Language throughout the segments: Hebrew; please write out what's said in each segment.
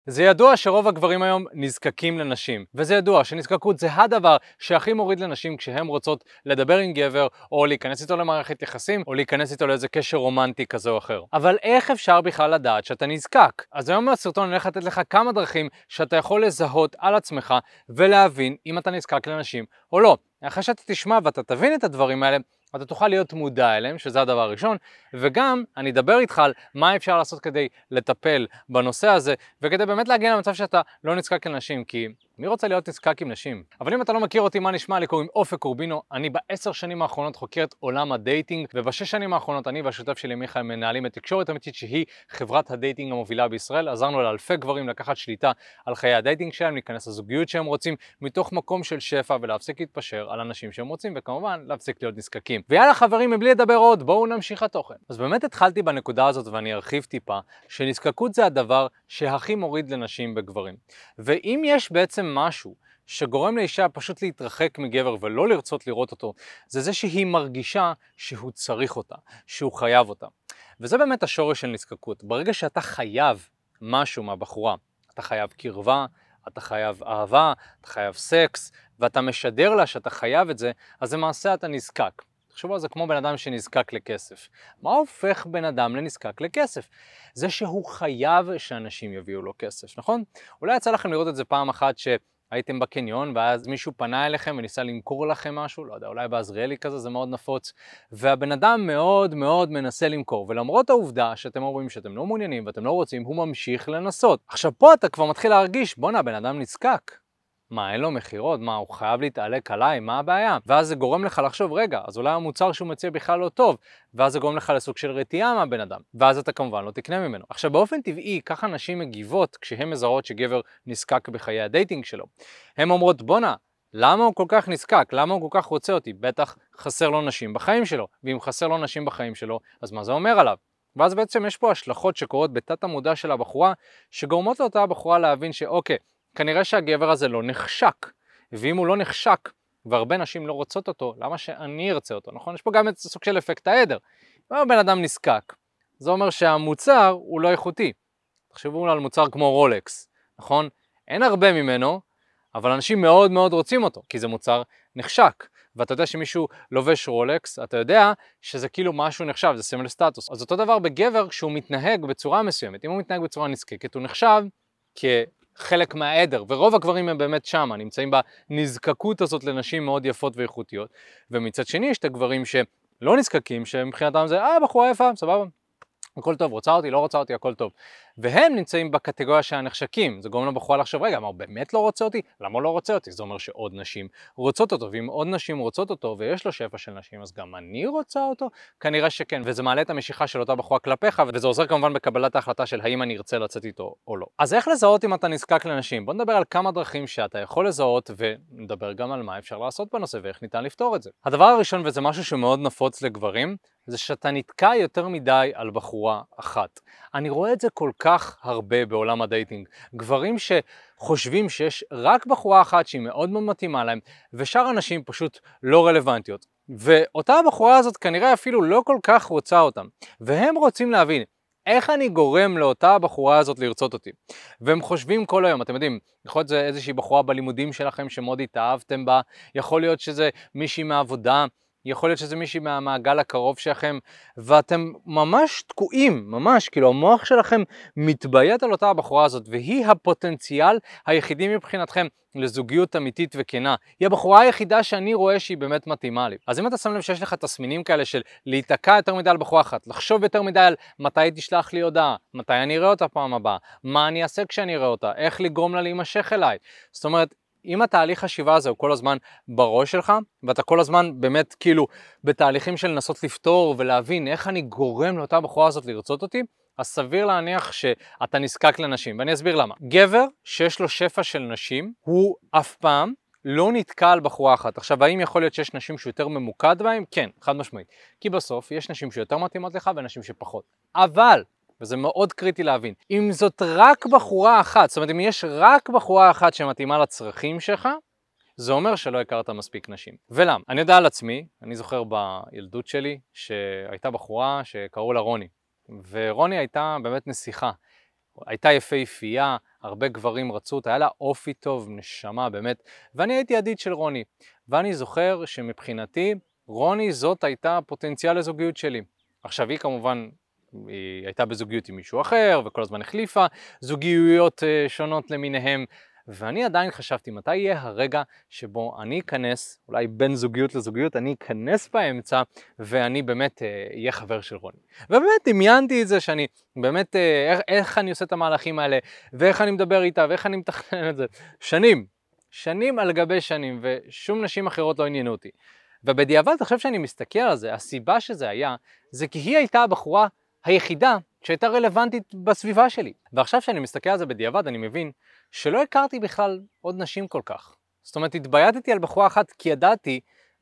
זה ידוע שרוב הגברים היום נזקקים לנשים, וזה ידוע שנזקקות זה הדבר שהכי מוריד לנשים כשהן רוצות לדבר עם גבר, או להיכנס איתו למערכת יחסים, או להיכנס איתו לאיזה קשר רומנטי כזה או אחר. אבל איך אפשר בכלל לדעת שאתה נזקק? אז היום בסרטון אני הולך לתת לך כמה דרכים שאתה יכול לזהות על עצמך ולהבין אם אתה נזקק לנשים או לא. אחרי שאתה תשמע ואתה תבין את הדברים האלה, אתה תוכל להיות מודע אליהם, שזה הדבר הראשון, וגם אני אדבר איתך על מה אפשר לעשות כדי לטפל בנושא הזה, וכדי באמת להגיע למצב שאתה לא נזקק לנשים, כי מי רוצה להיות נזקק עם נשים? אבל אם אתה לא מכיר אותי, מה נשמע? לי קוראים אופק קורבינו, אני ב10 שנים האחרונות חוקר את עולם הדייטינג, וב6 שנים האחרונות אני והשותף שלי מיכאל מנהלים את תקשורת אמיתית שהיא חברת הדייטינג המובילה בישראל. עזרנו לאלפי גברים לקחת שליטה על חיי הדייטינג שלהם, להיכנס לזוגיות שהם רוצים, מתוך מקום של שפע ולהפסיק להתפשר על אנשים שהם רוצים, וכמובן להפסיק להיות נזקקים. ויאללה חברים, מבלי לדבר עוד, בואו נמשיך התוכן. אז באמת התחלתי בנקודה הזאת ואני ארחיב טיפה, שנזקקות זה הדבר שהכי מוריד לנשים בגברים. ואם יש בעצם משהו שגורם לאישה פשוט להתרחק מגבר ולא לרצות לראות אותו, זה שהיא מרגישה שהוא צריך אותה, שהוא חייב אותה. וזה באמת השורש של נזקקות. ברגע שאתה חייב משהו מהבחורה, אתה חייב קרבה, אתה חייב אהבה, אתה חייב סקס, ואתה משדר לה שאתה חייב את זה, אז למעשה אתה נזקק. תחשבו על זה כמו בן אדם שנזקק לכסף. מה הופך בן אדם לנזקק לכסף? זה שהוא חייב שאנשים יביאו לו כסף, נכון? אולי יצא לכם לראות את זה פעם אחת שהייתם בקניון, ואז מישהו פנה אליכם וניסה למכור לכם משהו, לא יודע, אולי בעזריאלי כזה, זה מאוד נפוץ, והבן אדם מאוד מאוד מנסה למכור, ולמרות העובדה שאתם אומרים שאתם לא מעוניינים ואתם לא רוצים, הוא ממשיך לנסות. עכשיו פה אתה כבר מתחיל להרגיש, בואנה, הבן אדם נזקק. מה, אין לו מחירות? מה, הוא חייב להתעלק עליי? מה הבעיה? ואז זה גורם לך לחשוב, רגע, אז אולי המוצר שהוא מציע בכלל לא טוב, ואז זה גורם לך לסוג של רתיעה מהבן אדם, ואז אתה כמובן לא תקנה ממנו. עכשיו, באופן טבעי, ככה נשים מגיבות כשהן מזהות שגבר נזקק בחיי הדייטינג שלו. הן אומרות, בונה, למה הוא כל כך נזקק? למה הוא כל כך רוצה אותי? בטח חסר לו נשים בחיים שלו, ואם חסר לו נשים בחיים שלו, אז מה זה אומר עליו? ואז בעצם יש פה השלכות שקורות בתת המודע של הבחורה, שגורמות לאותה הבחורה להבין שאוקיי, כנראה שהגבר הזה לא נחשק, ואם הוא לא נחשק, והרבה נשים לא רוצות אותו, למה שאני ארצה אותו, נכון? יש פה גם את סוג של אפקט העדר. אם בן אדם נזקק, זה אומר שהמוצר הוא לא איכותי. תחשבו על מוצר כמו רולקס, נכון? אין הרבה ממנו, אבל אנשים מאוד מאוד רוצים אותו, כי זה מוצר נחשק. ואתה יודע שמישהו לובש רולקס, אתה יודע שזה כאילו משהו נחשב, זה סמל סטטוס. אז אותו דבר בגבר כשהוא מתנהג בצורה מסוימת. אם הוא מתנהג בצורה נזקקת, הוא נחשב כחלק מהעדר, ורוב הגברים הם באמת שם, נמצאים בנזקקות הזאת לנשים מאוד יפות ואיכותיות. ומצד שני יש את הגברים שלא נזקקים, שמבחינתם זה, בחורה יפה, סבבה. הכל טוב, רוצה אותי, לא רוצה אותי, הכל טוב. והם נמצאים בקטגוריה של הנחשקים. זה גורם לבחורה לחשוב, רגע, מה, הוא באמת לא רוצה אותי? למה הוא לא רוצה אותי? זה אומר שעוד נשים רוצות אותו, ואם עוד נשים רוצות אותו, ויש לו שפע של נשים, אז גם אני רוצה אותו? כנראה שכן, וזה מעלה את המשיכה של אותה בחורה כלפיך, וזה עוזר כמובן בקבלת ההחלטה של האם אני ארצה לצאת איתו או לא. אז איך לזהות אם אתה נזקק לנשים? בוא נדבר על כמה דרכים שאתה יכול לזהות, ונדבר גם על מה אפשר לעשות בנושא ואיך ניתן לפתור את זה. הדבר הראשון, וזה משהו שמאוד נפוץ לגברים, זה שאתה נתקע יותר מדי על בחורה אחת. אני רואה את זה כל כך הרבה בעולם הדייטינג. גברים שחושבים שיש רק בחורה אחת שהיא מאוד מאוד מתאימה להם, ושאר הנשים פשוט לא רלוונטיות. ואותה הבחורה הזאת כנראה אפילו לא כל כך רוצה אותם. והם רוצים להבין איך אני גורם לאותה הבחורה הזאת לרצות אותי. והם חושבים כל היום, אתם יודעים, יכול להיות שזה איזושהי בחורה בלימודים שלכם שמאוד התאהבתם בה, יכול להיות שזה מישהי מהעבודה, יכול להיות שזה מישהי מהמעגל הקרוב שלכם, ואתם ממש תקועים, ממש, כאילו המוח שלכם מתביית על אותה הבחורה הזאת, והיא הפוטנציאל היחידי מבחינתכם לזוגיות אמיתית וכנה. היא הבחורה היחידה שאני רואה שהיא באמת מתאימה לי. אז אם אתה שם לב שיש לך תסמינים כאלה של להיתקע יותר מדי על בחורה אחת, לחשוב יותר מדי על מתי היא תשלח לי הודעה, מתי אני אראה אותה פעם הבאה, מה אני אעשה כשאני אראה אותה, איך לגרום לה להימשך אליי. זאת אומרת, אם התהליך חשיבה הזה הוא כל הזמן בראש שלך, ואתה כל הזמן באמת כאילו בתהליכים של לנסות לפתור ולהבין איך אני גורם לאותה בחורה הזאת לרצות אותי, אז סביר להניח שאתה נזקק לנשים, ואני אסביר למה. גבר שיש לו שפע של נשים, הוא אף פעם לא נתקע על בחורה אחת. עכשיו, האם יכול להיות שיש נשים שיותר ממוקד בהם? כן, חד משמעית. כי בסוף יש נשים שיותר מתאימות לך ונשים שפחות. אבל וזה מאוד קריטי להבין. אם זאת רק בחורה אחת, זאת אומרת, אם יש רק בחורה אחת שמתאימה לצרכים שלך, זה אומר שלא הכרת מספיק נשים. ולמה? אני יודע על עצמי, אני זוכר בילדות שלי, שהייתה בחורה שקראו לה רוני. ורוני הייתה באמת נסיכה. הייתה יפהפייה, הרבה גברים רצו אותה, היה לה אופי טוב, נשמה באמת, ואני הייתי ידיד של רוני, ואני זוכר שמבחינתי רוני זאת הייתה הפוטנציאל לזוגיות שלי. עכשיו היא כמובן, היא הייתה בזוגיות עם מישהו אחר וכל הזמן החליפה זוגיות שונות למיניהם, ואני עדיין חשבתי מתי יהיה הרגע שבו אני אכנס, אולי בין זוגיות לזוגיות, אני אכנס באמצע ואני באמת אהיה חבר של רוני. ובאמת דמיינתי את זה שאני באמת, איך אני עושה את המהלכים האלה, ואיך אני מדבר איתה, ואיך אני מתכנן את זה. שנים על גבי שנים, ושום נשים אחרות לא עניינו אותי. ובדיעבד, עכשיו שאני מסתכל על זה, הסיבה שזה היה, זה כי היא הייתה הבחורה היחידה שהייתה רלוונטית בסביבה שלי. ועכשיו שאני מסתכל על זה בדיעבד, אני מבין שלא הכרתי בכלל עוד נשים כל כך. זאת אומרת, התבייתתי על בחורה אחת כי ידעתי,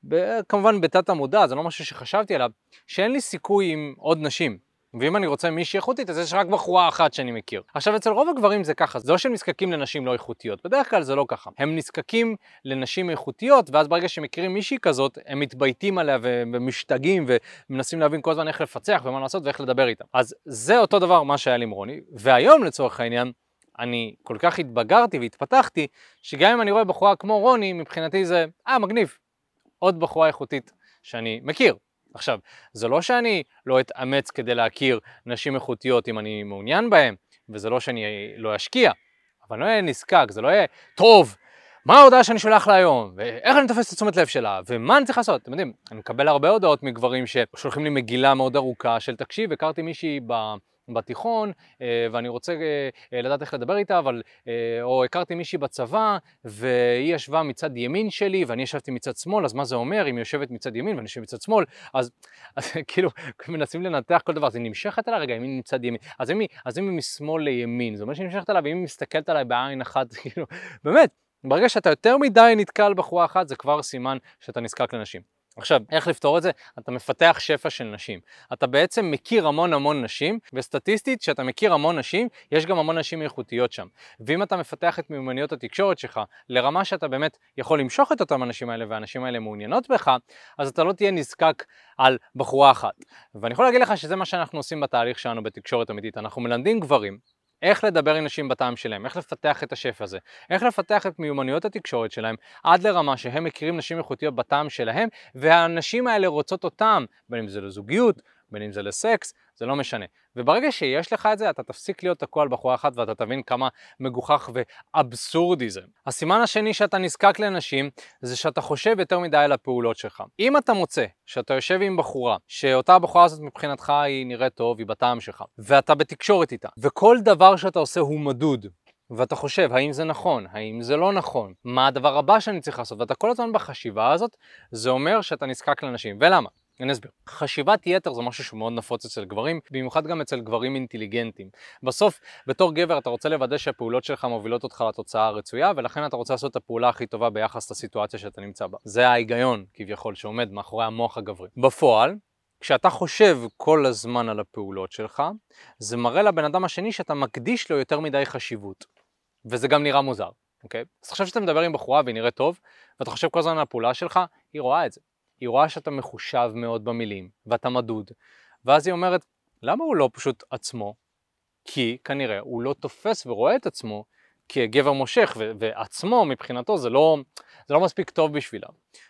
כמובן בתת המודע, זה לא משהו שחשבתי עליו, שאין לי סיכוי עם עוד נשים. ואם אני רוצה מישהי איכותית, אז יש רק בחורה אחת שאני מכיר. עכשיו, אצל רוב הגברים זה ככה, זה לא שהם נזקקים לנשים לא איכותיות, בדרך כלל זה לא ככה. הם נזקקים לנשים איכותיות, ואז ברגע שהם מכירים מישהי כזאת, הם מתבייתים עליה ומשתגעים, ומנסים להבין כל הזמן איך לפצח ומה לעשות ואיך לדבר איתם. אז זה אותו דבר מה שהיה לי עם רוני, והיום לצורך העניין, אני כל כך התבגרתי והתפתחתי, שגם אם אני רואה בחורה כמו רוני, מבחינתי זה, מגניב, עוד בחורה איכותית שאני מכיר. עכשיו, זה לא שאני לא אתאמץ כדי להכיר נשים איכותיות אם אני מעוניין בהן, וזה לא שאני לא אשקיע, אבל לא יהיה נזקק, זה לא יהיה, טוב, מה ההודעה שאני שולח לה היום, ואיך אני תופס את תשומת לב שלה, ומה אני צריך לעשות? אתם יודעים, אני מקבל הרבה הודעות מגברים ששולחים לי מגילה מאוד ארוכה של תקשיב, הכרתי מישהי בתיכון, ואני רוצה לדעת איך לדבר איתה, או הכרתי מישהי בצבא, והיא ישבה מצד ימין שלי, ואני ישבתי מצד שמאל, אז מה זה אומר? אם היא יושבת מצד ימין ואני יושב מצד שמאל, אז כאילו, מנסים לנתח כל דבר, אז היא נמשכת עליי, רגע, אם היא מצד ימין, אז אם היא משמאל לימין, זה אומר שהיא נמשכת עליי, ואם היא מסתכלת עליי בעין אחת, כאילו, באמת, ברגע שאתה יותר מדי נתקל בחורה אחת, זה כבר סימן שאתה נזקק לנשים. עכשיו, איך לפתור את זה? אתה מפתח שפע של נשים. אתה בעצם מכיר המון נשים, וסטטיסטית, שאתה מכיר המון נשים, יש גם המון נשים איכותיות שם. ואם אתה מפתח את מיומנויות התקשורת שלך, לרמה שאתה באמת יכול למשוך את אותם האנשים האלה, והאנשים האלה מעוניינות בך, אז אתה לא תהיה נזקק על בחורה אחת. ואני יכול להגיד לך שזה מה שאנחנו עושים בתהליך שלנו בתקשורת אמיתית. אנחנו מלמדים גברים איך לדבר עם נשים בטעם שלהם, איך לפתח את השפע הזה, איך לפתח את מיומנויות התקשורת שלהם, עד לרמה שהם מכירים נשים איכותיות בטעם שלהם, והנשים האלה רוצות אותם, בין אם זה לזוגיות, בין אם זה לסקס, זה לא משנה. וברגע שיש לך את זה, אתה תפסיק להיות תקוע על בחורה אחת, ואתה תבין כמה מגוחך ואבסורדי זה. הסימן השני שאתה נזקק לנשים, זה שאתה חושב יותר מדי על הפעולות שלך. אם אתה מוצא שאתה יושב עם בחורה, שאותה הבחורה הזאת מבחינתך היא נראית טוב, היא בטעם שלך, ואתה בתקשורת איתה, וכל דבר שאתה עושה הוא מדוד, ואתה חושב, האם זה נכון, האם זה לא נכון, מה הדבר הבא שאני צריך לעשות, ואתה כל הזמן בחשיבה הזאת, זה אומר שאתה נזקק לנשים. ולמה? אני אסביר. חשיבת יתר זה משהו שמאוד נפוץ אצל גברים, במיוחד גם אצל גברים אינטליגנטים. בסוף, בתור גבר אתה רוצה לוודא שהפעולות שלך מובילות אותך לתוצאה הרצויה, ולכן אתה רוצה לעשות את הפעולה הכי טובה ביחס לסיטואציה שאתה נמצא בה. זה ההיגיון, כביכול, שעומד מאחורי המוח הגברי. בפועל, כשאתה חושב כל הזמן על הפעולות שלך, זה מראה לבן אדם השני שאתה מקדיש לו יותר מדי חשיבות. וזה גם נראה מוזר, אוקיי? אז עכשיו שאתה מדבר עם בחורה והיא נראית טוב, ואתה חושב כל הזמן על הפעולה שלך, היא רואה את זה. היא רואה שאתה מחושב מאוד במילים, ואתה מדוד. ואז היא אומרת, למה הוא לא פשוט עצמו? כי כנראה הוא לא תופס ורואה את עצמו כגבר מושך, ועצמו מבחינתו זה לא מספיק טוב בשבילה.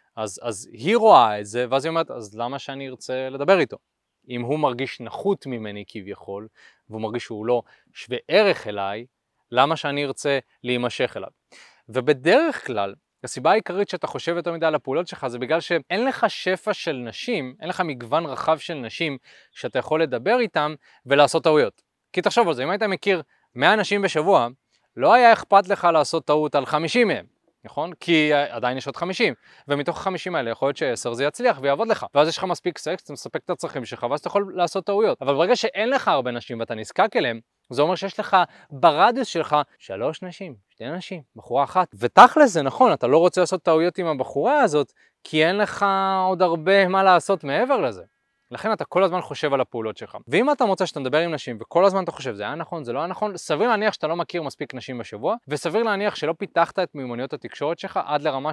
אז היא רואה את זה, ואז היא אומרת, אז למה שאני ארצה לדבר איתו? אם הוא מרגיש נחות ממני כביכול, והוא מרגיש שהוא לא שווה ערך אליי, למה שאני ארצה להימשך אליו? ובדרך כלל, הסיבה העיקרית שאתה חושב יותר מדי על הפעולות שלך זה בגלל שאין לך שפע של נשים, אין לך מגוון רחב של נשים שאתה יכול לדבר איתם ולעשות טעויות. כי תחשוב על זה, אם היית מכיר 100 נשים בשבוע, לא היה אכפת לך לעשות טעות על 50 מהם, נכון? כי עדיין יש עוד 50, ומתוך ה-50 האלה יכול להיות ש10 זה יצליח ויעבוד לך. ואז יש לך מספיק סקס, אתה מספק את הצרכים שלך, ואז אתה יכול לעשות טעויות. אבל ברגע שאין לך הרבה נשים ואתה נזקק אליהם, זה אומר שיש לך ברדיוס שלך 3 נשים, 2 נשים, בחורה אחת. ותכל'ס זה נכון, אתה לא רוצה לעשות טעויות עם הבחורה הזאת, כי אין לך עוד הרבה מה לעשות מעבר לזה. לכן אתה כל הזמן חושב על הפעולות שלך. ואם אתה מוצא שאתה מדבר עם נשים וכל הזמן אתה חושב זה היה נכון, זה לא היה נכון, סביר להניח שאתה לא מכיר מספיק נשים בשבוע, וסביר להניח שלא פיתחת את מיומנויות התקשורת שלך עד לרמה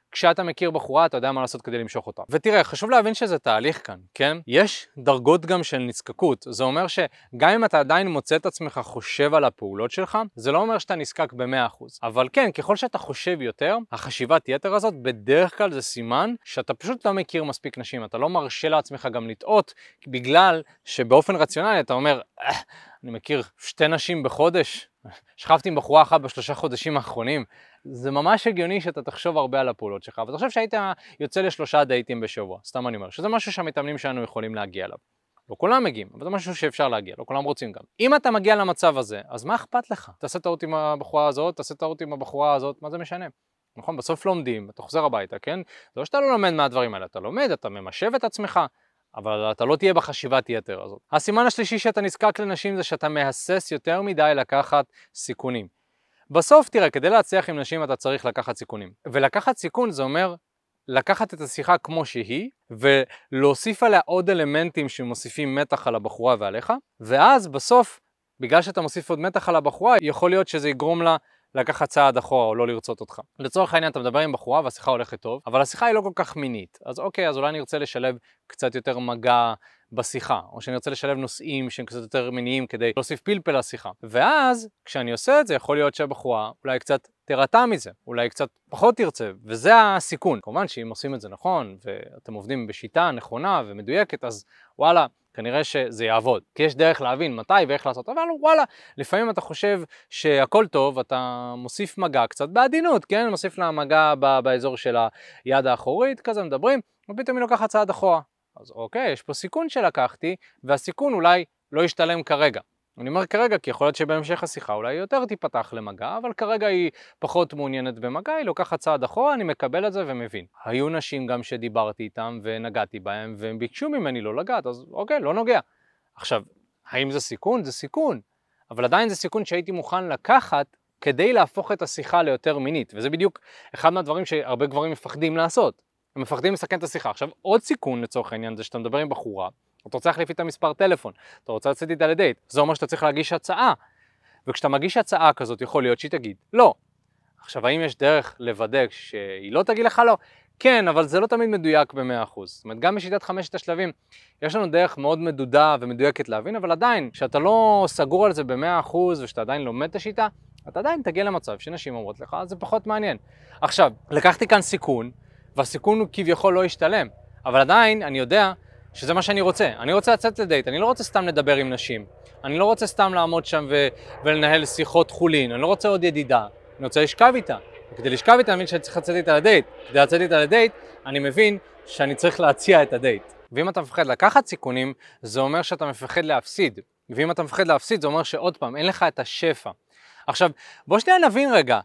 כשאתה מכיר בחורה, אתה יודע מה לעשות כדי למשוך אותה. ותראה, חשוב להבין שזה תהליך כאן, כן? יש דרגות גם של נזקקות. זה אומר שגם אם אתה עדיין מוצא את עצמך חושב על הפעולות שלך, זה לא אומר שאתה נזקק ב-100%. אבל כן, ככל שאתה חושב יותר, החשיבת יתר הזאת, בדרך כלל זה סימן שאתה פשוט לא מכיר מספיק נשים. אתה לא מרשה לעצמך גם לטעות, בגלל שבאופן רציונלי אתה אומר, אני מכיר 2 נשים בחודש, שכבתי עם בחורה אחת ב3 חודשים האחרונים. זה ממש הגיוני שאתה תחשוב הרבה על הפעולות שלך, ואתה חושב שהיית יוצא ל3 דייטים בשבוע, סתם אני אומר, שזה משהו שהמתאמנים שלנו יכולים להגיע אליו. לא כולם מגיעים, אבל זה משהו שאפשר להגיע, לא כולם רוצים גם. אם אתה מגיע למצב הזה, אז מה אכפת לך? תעשה טעות עם הבחורה הזאת, תעשה טעות עם הבחורה הזאת, מה זה משנה? נכון, בסוף לומדים, אתה חוזר הביתה, כן? זה לא שאתה לא לומד מהדברים האלה, אתה לומד, אתה ממשב את עצמך, אבל אתה לא תהיה בחשיבת יתר הזאת. הסימן השלישי שאתה נזקק לנשים זה שאתה מהסס יותר מדי לקחת סיכונים. בסוף תראה, כדי להצליח עם נשים אתה צריך לקחת סיכונים. ולקחת סיכון זה אומר לקחת את השיחה כמו שהיא, ולהוסיף עליה עוד אלמנטים שמוסיפים מתח על הבחורה ועליך, ואז בסוף, בגלל שאתה מוסיף עוד מתח על הבחורה, יכול להיות שזה יגרום לה לקחת צעד אחורה או לא לרצות אותך. לצורך העניין אתה מדבר עם בחורה והשיחה הולכת טוב, אבל השיחה היא לא כל כך מינית. אז אוקיי, אז אולי אני ארצה לשלב קצת יותר מגע בשיחה, או שאני רוצה לשלב נושאים שהם קצת יותר מיניים כדי להוסיף פלפל לשיחה. ואז, כשאני עושה את זה, יכול להיות שהבחורה אולי קצת תירתע מזה, אולי קצת פחות תרצה, וזה הסיכון. כמובן שאם עושים את זה נכון, ואתם עובדים בשיטה נכונה ומדויקת, אז וואלה, כנראה שזה יעבוד, כי יש דרך להבין מתי ואיך לעשות, אבל וואלה, לפעמים אתה חושב שהכל טוב, אתה מוסיף מגע קצת בעדינות, כן? מוסיף לה מגע באזור של היד האחורית, כזה מדברים, ופתאום היא לוקחת צעד אחורה. אז אוקיי, יש פה סיכון שלקחתי, והסיכון אולי לא ישתלם כרגע. אני אומר כרגע, כי יכול להיות שבהמשך השיחה אולי יותר תיפתח למגע, אבל כרגע היא פחות מעוניינת במגע, היא לוקחת צעד אחורה, אני מקבל את זה ומבין. היו נשים גם שדיברתי איתם ונגעתי בהם, והם ביקשו ממני לא לגעת, אז אוקיי, לא נוגע. עכשיו, האם זה סיכון? זה סיכון. אבל עדיין זה סיכון שהייתי מוכן לקחת כדי להפוך את השיחה ליותר מינית, וזה בדיוק אחד מהדברים שהרבה גברים מפחדים לעשות. הם מפחדים לסכן את השיחה. עכשיו, עוד סיכון לצורך העניין זה שאתה מדבר עם בחורה, אתה רוצה להחליף איתה מספר טלפון, אתה רוצה לצאת איתה לדייט, זה אומר שאתה צריך להגיש הצעה. וכשאתה מגיש הצעה כזאת, יכול להיות שהיא תגיד לא. עכשיו, האם יש דרך לוודא שהיא לא תגיד לך לא? כן, אבל זה לא תמיד מדויק ב100%. זאת אומרת, גם בשיטת 5 השלבים, יש לנו דרך מאוד מדודה ומדויקת להבין, אבל עדיין, כשאתה לא סגור על זה ב100% ושאתה עדיין לומד את השיטה, אתה עדיין תגיע למצב שנשים אומרות לך, זה פחות מעניין. עכשיו, לקחתי כאן סיכון, והסיכון הוא כביכול לא ישתלם, אבל עדיין אני יודע שזה מה שאני רוצה. אני רוצה לצאת לדייט, אני לא רוצה סתם לדבר עם נשים, אני לא רוצה סתם לעמוד שם ולנהל שיחות חולין, אני לא רוצה עוד ידידה, אני רוצה לשכב איתה. וכדי לשכב איתה אני מבין שאני צריך לצאת איתה לדייט. כדי לצאת איתה לדייט, אני מבין שאני צריך להציע את הדייט. ואם אתה מפחד לקחת סיכונים, זה אומר שאתה מפחד להפסיד. ואם אתה מפחד להפסיד, זה אומר שעוד פעם, אין לך את השפע. עכשיו, בוא שנייה נבין רגע,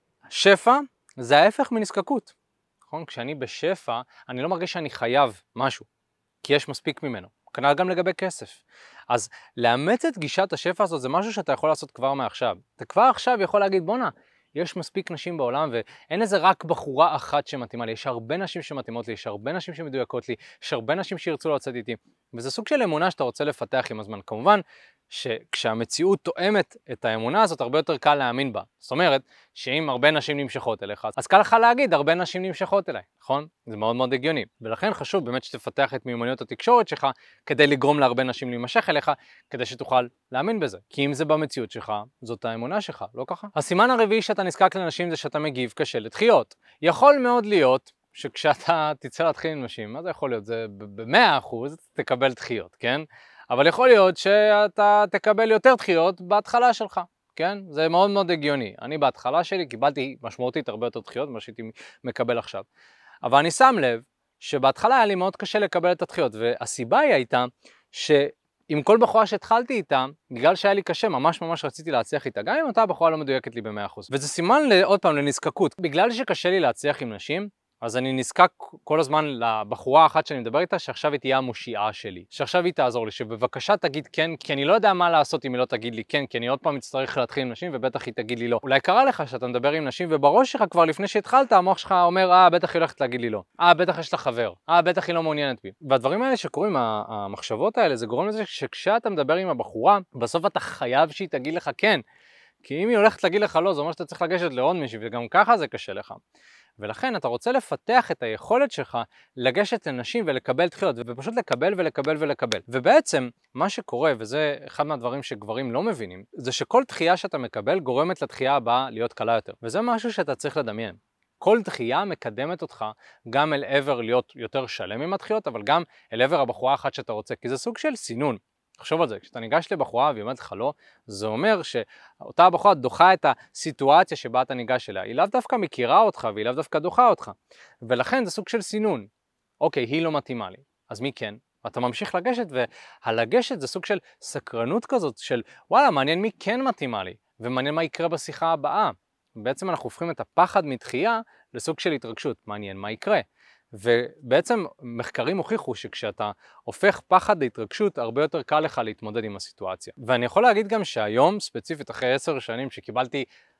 שפע זה ההפך מנזקקות. נכון? כשאני בשפע, אני לא מרגיש שאני חייב משהו, כי יש מספיק ממנו. כנראה גם לגבי כסף. אז לאמץ את גישת השפע הזאת זה משהו שאתה יכול לעשות כבר מעכשיו. אתה כבר עכשיו יכול להגיד, בונה, יש מספיק נשים בעולם ואין איזה רק בחורה אחת שמתאימה לי. יש הרבה נשים שמתאימות לי, יש הרבה נשים שמדויקות לי, יש הרבה נשים שירצו לצאת איתי. וזה סוג של אמונה שאתה רוצה לפתח עם הזמן. כמובן שכשהמציאות תואמת את האמונה הזאת, הרבה יותר קל להאמין בה. זאת אומרת, שאם הרבה נשים נמשכות אליך, אז קל לך להגיד, הרבה נשים נמשכות אליי, נכון? זה מאוד מאוד הגיוני. ולכן חשוב באמת שתפתח את מיומנויות התקשורת שלך, כדי לגרום להרבה נשים להימשך אליך, כדי שתוכל להאמין בזה. כי אם זה במציאות שלך, זאת האמונה שלך, לא ככה? הסימן הרביעי שאתה נזקק לנשים זה שאתה מגיב קשה לדחיות. יכול מאוד להיות שכשאתה תצא להתחיל עם נשים, מה זה יכול להיות? זה ב100% תקבל דחיות, כן? אבל יכול להיות שאתה תקבל יותר דחיות בהתחלה שלך, כן? זה מאוד מאוד הגיוני. אני בהתחלה שלי קיבלתי משמעותית הרבה יותר דחיות ממה שהייתי מקבל עכשיו. אבל אני שם לב שבהתחלה היה לי מאוד קשה לקבל את הדחיות, והסיבה היא הייתה שעם כל בחורה שהתחלתי איתה, בגלל שהיה לי קשה, ממש רציתי להצליח איתה, גם אם אותה בחורה לא מדויקת לי ב100%. וזה סימן עוד פעם לנזקקות. בגלל שקשה לי להצליח עם נשים, אז אני נזקק כל הזמן לבחורה האחת שאני מדבר איתה, שעכשיו היא תהיה המושיעה שלי, שעכשיו היא תעזור לי, שבבקשה תגיד כן, כי אני לא יודע מה לעשות אם היא לא תגיד לי כן, כי אני עוד פעם מצטרך להתחיל עם נשים, ובטח היא תגיד לי לא. אולי קרה לך שאתה מדבר עם נשים, ובראש שלך כבר לפני שהתחלת, המוח שלך אומר, בטח היא הולכת להגיד לי לא. בטח יש לה חבר. בטח היא לא מעוניינת בי. והדברים האלה שקורים, המחשבות האלה, זה גורם לזה שכשאתה מדבר עם הבחורה, בסוף אתה חייב שהיא תגיד לך כן. כי אם היא הולכת להגיד לך לא, זה אומר שאתה צריך לגשת לעוד מישהו, וגם ככה זה קשה לך. ולכן אתה רוצה לפתח את היכולת שלך לגשת לנשים ולקבל דחיות, ופשוט לקבל ולקבל ולקבל. ובעצם, מה שקורה, וזה אחד מהדברים שגברים לא מבינים, זה שכל דחייה שאתה מקבל גורמת לדחייה הבאה להיות קלה יותר. וזה משהו שאתה צריך לדמיין. כל דחייה מקדמת אותך גם אל עבר להיות יותר שלם עם הדחיות, אבל גם אל עבר הבחורה אחת שאתה רוצה, כי זה סוג של סינון. תחשוב על זה, כשאתה ניגש לבחורה והיא אומרת לך לא, זה אומר שאותה הבחורה דוחה את הסיטואציה שבה אתה ניגש אליה. היא לאו דווקא מכירה אותך והיא לאו דווקא דוחה אותך. ולכן זה סוג של סינון. אוקיי, היא לא מתאימה לי, אז מי כן? אתה ממשיך לגשת, והלגשת זה סוג של סקרנות כזאת של וואלה, מעניין מי כן מתאימה לי, ומעניין מה יקרה בשיחה הבאה. בעצם אנחנו הופכים את הפחד מדחייה לסוג של התרגשות, מעניין מה יקרה. ובעצם מחקרים הוכיחו שכשאתה הופך פחד להתרגשות, הרבה יותר קל לך להתמודד עם הסיטואציה. ואני יכול להגיד גם שהיום, ספציפית אחרי 10 שנים שקיבלתי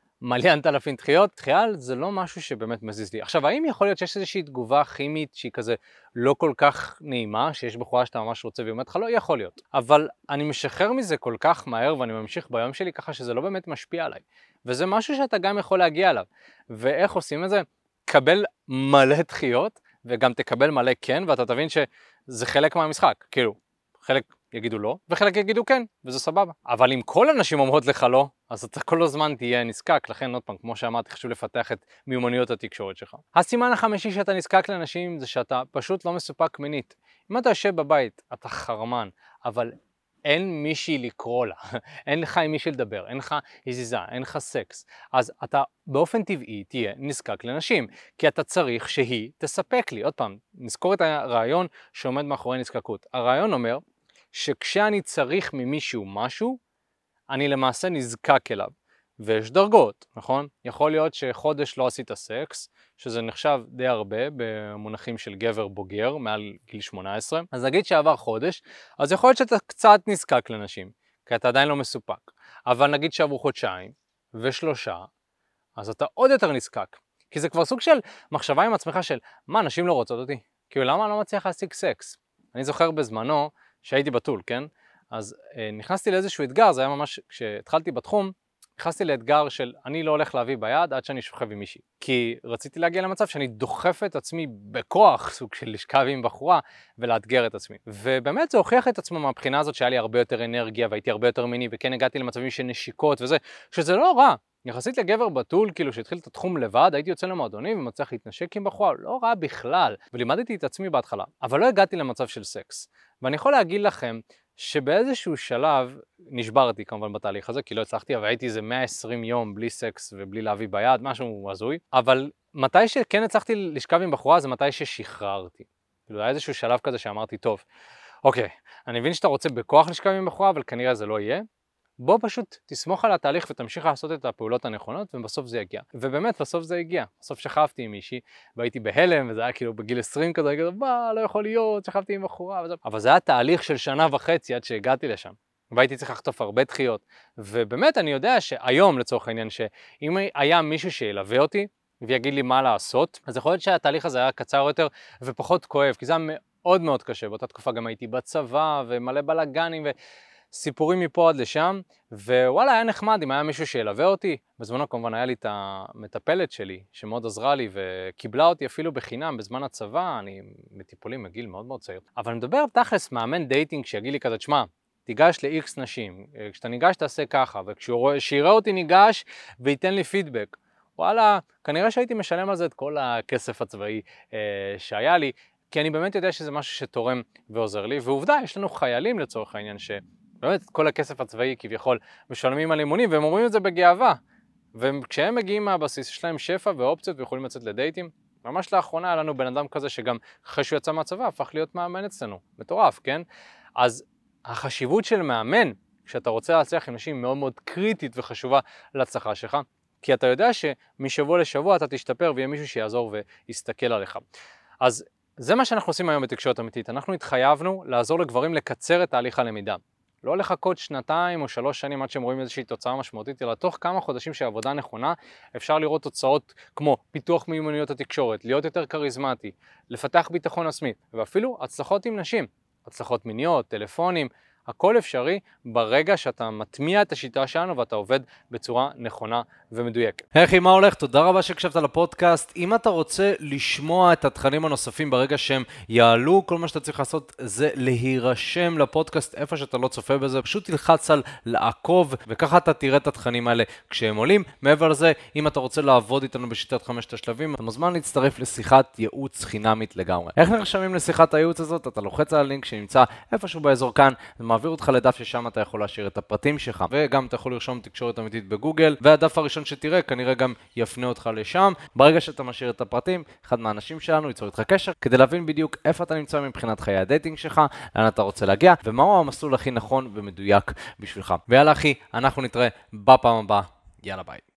מלא אלפים דחיות, דחייה זה לא משהו שבאמת מזיז לי. עכשיו, האם יכול להיות שיש איזושהי תגובה כימית שהיא כזה לא כל כך נעימה, שיש בחורה שאתה ממש רוצה והיא אומרת לך, לא יכול להיות. אבל אני משחרר מזה כל כך מהר ואני ממשיך ביום שלי ככה שזה לא באמת משפיע עליי. וזה משהו שאתה גם יכול להגיע אליו. ואיך עושים את זה? קבל מלא דחיות וגם תקבל מלא כן, ואתה תבין שזה חלק מהמשחק. כאילו, חלק יגידו לא, וחלק יגידו כן, וזה סבבה. אבל אם כל הנשים אומרות לך לא, אז אתה כל הזמן תהיה נזקק, לכן עוד פעם, כמו שאמרתי, חשוב לפתח את מיומנויות התקשורת שלך. הסימן החמישי שאתה נזקק לנשים זה שאתה פשוט לא מסופק מינית. אם אתה יושב בבית, אתה חרמן, אבל אין מישהי לקרוא לה, אין לך עם מישהי לדבר, אין לך הזיזה, אין לך סקס, אז אתה באופן טבעי תהיה נזקק לנשים, כי אתה צריך שהיא תספק לי. עוד פעם, נזכור את הרעיון שעומד מאחורי נזקקות. הרעיון אומר שכשאני צריך ממישהו משהו, אני למעשה נזקק אליו. ויש דרגות, נכון? יכול להיות שחודש לא עשית סקס, שזה נחשב די הרבה במונחים של גבר בוגר, מעל גיל 18. אז נגיד שעבר חודש, אז יכול להיות שאתה קצת נזקק לנשים, כי אתה עדיין לא מסופק. אבל נגיד שעברו חודשיים ושלושה, אז אתה עוד יותר נזקק. כי זה כבר סוג של מחשבה עם עצמך של, מה, נשים לא רוצות אותי? כאילו, למה אני לא מצליח להשיג סקס? אני זוכר בזמנו שהייתי בטול, כן? אז נכנסתי לאיזשהו אתגר, זה היה ממש, כשהתחלתי בתחום, נכנסתי לאתגר של אני לא הולך להביא ביד עד שאני שוכב עם מישהי. כי רציתי להגיע למצב שאני דוחף את עצמי בכוח, סוג של לשכב עם בחורה ולאתגר את עצמי. ובאמת זה הוכיח את עצמו מהבחינה הזאת שהיה לי הרבה יותר אנרגיה והייתי הרבה יותר מיני, וכן הגעתי למצבים של נשיקות וזה, שזה לא רע. יחסית לגבר בתול, כאילו שהתחיל את התחום לבד, הייתי יוצא למועדונים ומצליח להתנשק עם בחורה, לא רע בכלל, ולימדתי את עצמי בהתחלה, אבל לא הגעתי למצב של סקס. ואני יכול להגיד לכם שבאיזשהו שלב נשברתי כמובן בתהליך הזה, כי לא הצלחתי, אבל הייתי איזה 120 יום בלי סקס ובלי להביא ביד, משהו הזוי, אבל מתי שכן הצלחתי לשכב עם בחורה זה מתי ששחררתי. כאילו היה איזשהו שלב כזה שאמרתי, טוב, אוקיי, אני מבין שאתה רוצה בכוח לשכב עם בחורה, אבל כנראה זה לא יהיה. בוא פשוט תסמוך על התהליך ותמשיך לעשות את הפעולות הנכונות ובסוף זה יגיע. ובאמת בסוף זה הגיע. בסוף שכבתי עם מישהי והייתי בהלם וזה היה כאילו בגיל 20 כזה, הייתי כזה, לא יכול להיות, שכבתי עם בחורה וזה. אבל זה היה תהליך של 1.5 שנה עד שהגעתי לשם. והייתי צריך לחטוף הרבה דחיות. ובאמת אני יודע שהיום לצורך העניין שאם היה מישהו שילווה אותי ויגיד לי מה לעשות, אז יכול להיות שהתהליך הזה היה קצר יותר ופחות כואב, כי זה היה מאוד מאוד קשה. באותה תקופה גם הייתי בצבא ומלא בלגנים סיפורים מפה עד לשם, ווואלה היה נחמד אם היה מישהו שילווה אותי. בזמנו כמובן היה לי את המטפלת שלי שמאוד עזרה לי וקיבלה אותי אפילו בחינם בזמן הצבא, אני מטיפולים מגיל מאוד מאוד צעיר. אבל אני מדבר תכלס מאמן דייטינג שיגיד לי כזה, תשמע, תיגש ל-X נשים, כשאתה ניגש תעשה ככה, וכשיראה אותי ניגש וייתן לי פידבק. וואלה, כנראה שהייתי משלם על זה את כל הכסף הצבאי שהיה לי, כי אני באמת יודע שזה משהו שתורם ועוזר לי, ועובדה, יש לנו חיילים לצורך העניין באמת כל הכסף הצבאי כביכול משלמים על אימונים, והם אומרים את זה בגאווה. וכשהם מגיעים מהבסיס, יש להם שפע ואופציות ויכולים לצאת לדייטים. ממש לאחרונה היה לנו בן אדם כזה שגם אחרי שהוא יצא מהצבא הפך להיות מאמן אצלנו. מטורף, כן? אז החשיבות של מאמן, כשאתה רוצה להצליח עם נשים, מאוד מאוד קריטית וחשובה להצלחה שלך, כי אתה יודע שמשבוע לשבוע אתה תשתפר ויהיה מישהו שיעזור ויסתכל עליך. אז זה מה שאנחנו עושים היום בתקשורת אמיתית. אנחנו התחייבנו לעזור לגברים לקצר את תהליך הלמידה. לא לחכות 2 או 3 שנים עד שהם רואים איזושהי תוצאה משמעותית, אלא תוך כמה חודשים של עבודה נכונה אפשר לראות תוצאות כמו פיתוח מיומנויות התקשורת, להיות יותר כריזמטי, לפתח ביטחון עצמי, ואפילו הצלחות עם נשים, הצלחות מיניות, טלפונים, הכל אפשרי ברגע שאתה מטמיע את השיטה שלנו ואתה עובד בצורה נכונה ומדויקת. היי אחי, מה הולך? תודה רבה שהקשבת לפודקאסט. אם אתה רוצה לשמוע את התכנים הנוספים ברגע שהם יעלו, כל מה שאתה צריך לעשות זה להירשם לפודקאסט איפה שאתה לא צופה בזה, פשוט תלחץ על לעקוב וככה אתה תראה את התכנים האלה כשהם עולים. מעבר לזה, אם אתה רוצה לעבוד איתנו בשיטת 5 השלבים, אתה מוזמן להצטרף לשיחת ייעוץ חינמית לגמרי. איך נרשמים לשיחת הייעוץ הזאת? אתה לוחץ על הלינק שנמצא איפשהו באזור כאן, זה מעביר אותך לדף ששם אתה יכול להשאיר את הפרטים שלך, וגם אתה יכול לרשום תקשורת אמיתית בגוגל, והדף הראשון שתראה כנראה גם יפנה אותך לשם. ברגע שאתה משאיר את הפרטים, אחד מהאנשים שלנו ייצור איתך קשר כדי להבין בדיוק איפה אתה נמצא מבחינת חיי הדייטינג שלך, לאן אתה רוצה להגיע, ומהו המסלול הכי נכון ומדויק בשבילך. ויאללה אחי, אנחנו נתראה בפעם הבאה. יאללה ביי.